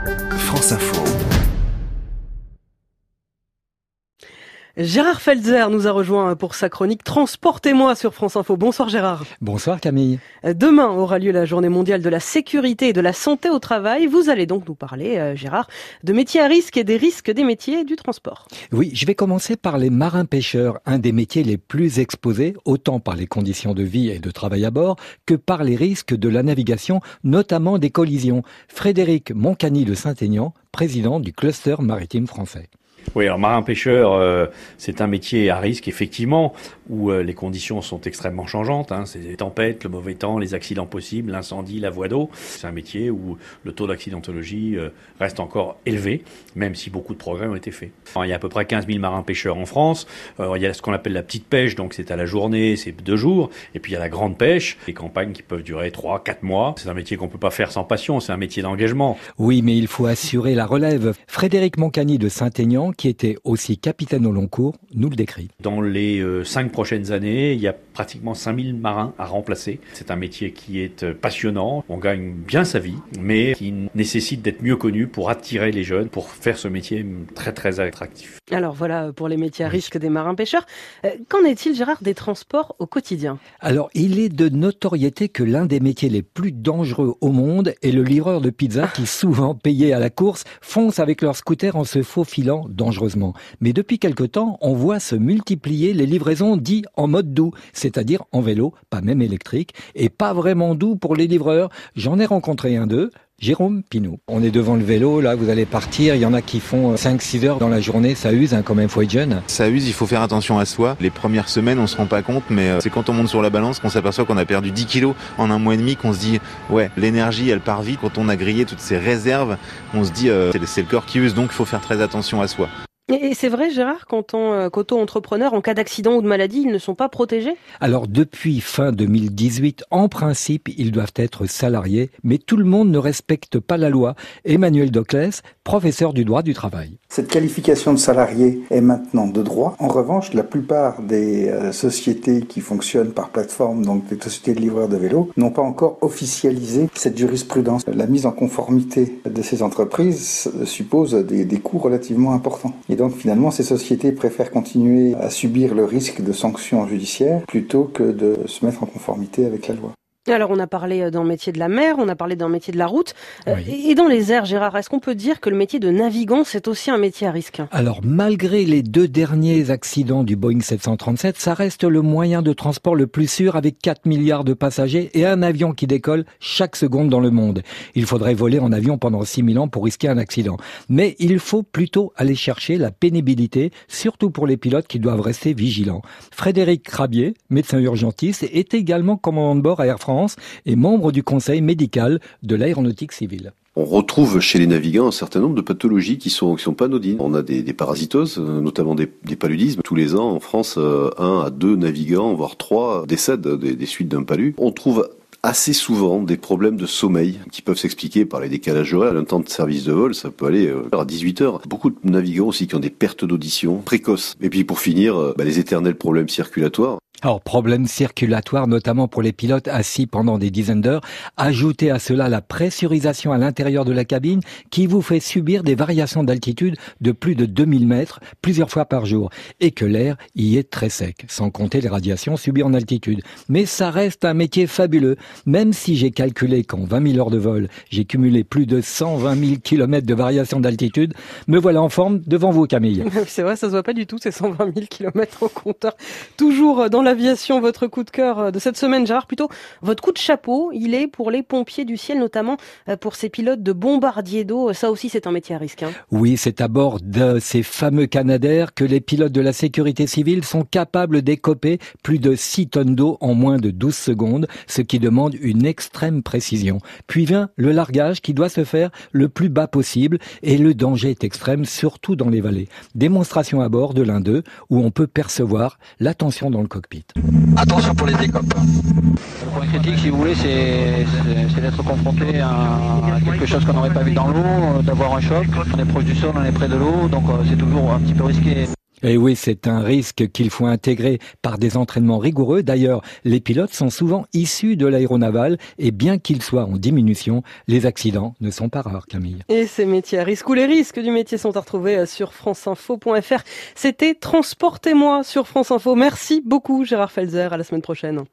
France Info. Gérard Felzer nous a rejoint pour sa chronique Transportez-moi sur France Info. Bonsoir Gérard. Bonsoir Camille. Demain aura lieu la journée mondiale de la sécurité et de la santé au travail. Vous allez donc nous parler, Gérard, de métiers à risque et des risques des métiers du transport. Oui, je vais commencer par les marins-pêcheurs, un des métiers les plus exposés, autant par les conditions de vie et de travail à bord que par les risques de la navigation, notamment des collisions. Frédéric Moncani de Saint-Aignan, président du cluster maritime français. Oui, alors marin-pêcheur, c'est un métier à risque, effectivement, où les conditions sont extrêmement changeantes. C'est les tempêtes, le mauvais temps, les accidents possibles, l'incendie, la voie d'eau. C'est un métier où le taux d'accidentologie reste encore élevé, même si beaucoup de progrès ont été faits. Alors, il y a à peu près 15 000 marins-pêcheurs en France. Il y a ce qu'on appelle la petite pêche, donc c'est à la journée, c'est 2 jours. Et puis il y a la grande pêche, les campagnes qui peuvent durer 3, 4 mois. C'est un métier qu'on peut pas faire sans passion, c'est un métier d'engagement. Oui, mais il faut assurer la relève. Frédéric Moncani de Saint-Aignan, qui était aussi capitaine au long cours, nous le décrit. Dans les 5 prochaines années, il y a pratiquement 5000 marins à remplacer. C'est un métier qui est passionnant, on gagne bien sa vie, mais qui nécessite d'être mieux connu pour attirer les jeunes, pour faire ce métier très très attractif. Alors voilà pour les métiers à risque des marins-pêcheurs. Qu'en est-il, Gérard, des transports au quotidien ? Alors, il est de notoriété que l'un des métiers les plus dangereux au monde est le livreur de pizza qui, souvent payé à la course, fonce avec leur scooter en se faufilant dangereusement. Mais depuis quelque temps, on voit se multiplier les livraisons dites en mode doux, c'est-à-dire en vélo, pas même électrique, et pas vraiment doux pour les livreurs. J'en ai rencontré un d'eux, Jérôme Pinault. On est devant le vélo, là vous allez partir, il y en a qui font 5-6 heures dans la journée, ça use quand même, faut être jeune. Ça use, il faut faire attention à soi. Les premières semaines on se rend pas compte, mais c'est quand on monte sur la balance qu'on s'aperçoit qu'on a perdu 10 kilos en un mois et demi, qu'on se dit ouais, l'énergie elle part vite. Quand on a grillé toutes ces réserves, on se dit c'est le corps qui use, donc il faut faire très attention à soi. Et c'est vrai, Gérard, qu'auto-entrepreneurs, en cas d'accident ou de maladie, ils ne sont pas protégés ? Alors, depuis fin 2018, en principe, ils doivent être salariés, mais tout le monde ne respecte pas la loi. Emmanuel Doclès, professeur du droit du travail. Cette qualification de salarié est maintenant de droit. En revanche, la plupart des sociétés qui fonctionnent par plateforme, donc des sociétés de livreurs de vélos, n'ont pas encore officialisé cette jurisprudence. La mise en conformité de ces entreprises suppose des coûts relativement importants. Et donc finalement, ces sociétés préfèrent continuer à subir le risque de sanctions judiciaires plutôt que de se mettre en conformité avec la loi. Alors on a parlé d'un métier de la mer, on a parlé d'un métier de la route. Oui. Et dans les airs, Gérard, est-ce qu'on peut dire que le métier de navigant, c'est aussi un métier à risque ? Alors, malgré les 2 derniers accidents du Boeing 737, ça reste le moyen de transport le plus sûr avec 4 milliards de passagers et un avion qui décolle chaque seconde dans le monde. Il faudrait voler en avion pendant 6000 ans pour risquer un accident. Mais il faut plutôt aller chercher la pénibilité, surtout pour les pilotes qui doivent rester vigilants. Frédéric Crabier, médecin urgentiste, est également commandant de bord à Air France et membre du conseil médical de l'aéronautique civile. On retrouve chez les navigants un certain nombre de pathologies qui sont pas anodines. On a des parasitoses, notamment des paludismes. Tous les ans, en France, 1 à 2 navigants, voire 3, décèdent des suites d'un palud. On trouve assez souvent des problèmes de sommeil qui peuvent s'expliquer par les décalages horaires. Un temps de service de vol, ça peut aller à 18 heures. Beaucoup de navigants aussi qui ont des pertes d'audition précoces. Et puis pour finir, les éternels problèmes circulatoires. Alors, problème circulatoire, notamment pour les pilotes assis pendant des dizaines d'heures. Ajoutez à cela la pressurisation à l'intérieur de la cabine qui vous fait subir des variations d'altitude de plus de 2000 mètres plusieurs fois par jour. Et que l'air y est très sec, sans compter les radiations subies en altitude. Mais ça reste un métier fabuleux. Même si j'ai calculé qu'en 20 000 heures de vol, j'ai cumulé plus de 120 000 kilomètres de variations d'altitude, me voilà en forme devant vous, Camille. C'est vrai, ça se voit pas du tout, ces 120 000 kilomètres au compteur. Toujours dans l'aviation, votre coup de cœur de cette semaine, Gérard, plutôt votre coup de chapeau, il est pour les pompiers du ciel, notamment pour ces pilotes de bombardiers d'eau. Ça aussi, c'est un métier à risque. Oui, c'est à bord de ces fameux Canadair que les pilotes de la sécurité civile sont capables d'écoper plus de 6 tonnes d'eau en moins de 12 secondes, ce qui demande une extrême précision. Puis vient le largage qui doit se faire le plus bas possible et le danger est extrême, surtout dans les vallées. Démonstration à bord de l'un d'eux où on peut percevoir la tension dans le cockpit. Attention pour les décopes. Le point critique, si vous voulez, c'est d'être confronté à quelque chose qu'on n'aurait pas vu dans l'eau, d'avoir un choc. On est proche du sol, on est près de l'eau, donc c'est toujours un petit peu risqué. Et oui, c'est un risque qu'il faut intégrer par des entraînements rigoureux. D'ailleurs, les pilotes sont souvent issus de l'aéronaval et bien qu'ils soient en diminution, les accidents ne sont pas rares, Camille. Et ces métiers à risque ou les risques du métier sont à retrouver sur franceinfo.fr. C'était Transportez-moi sur France Info. Merci beaucoup Gérard Felzer, à la semaine prochaine.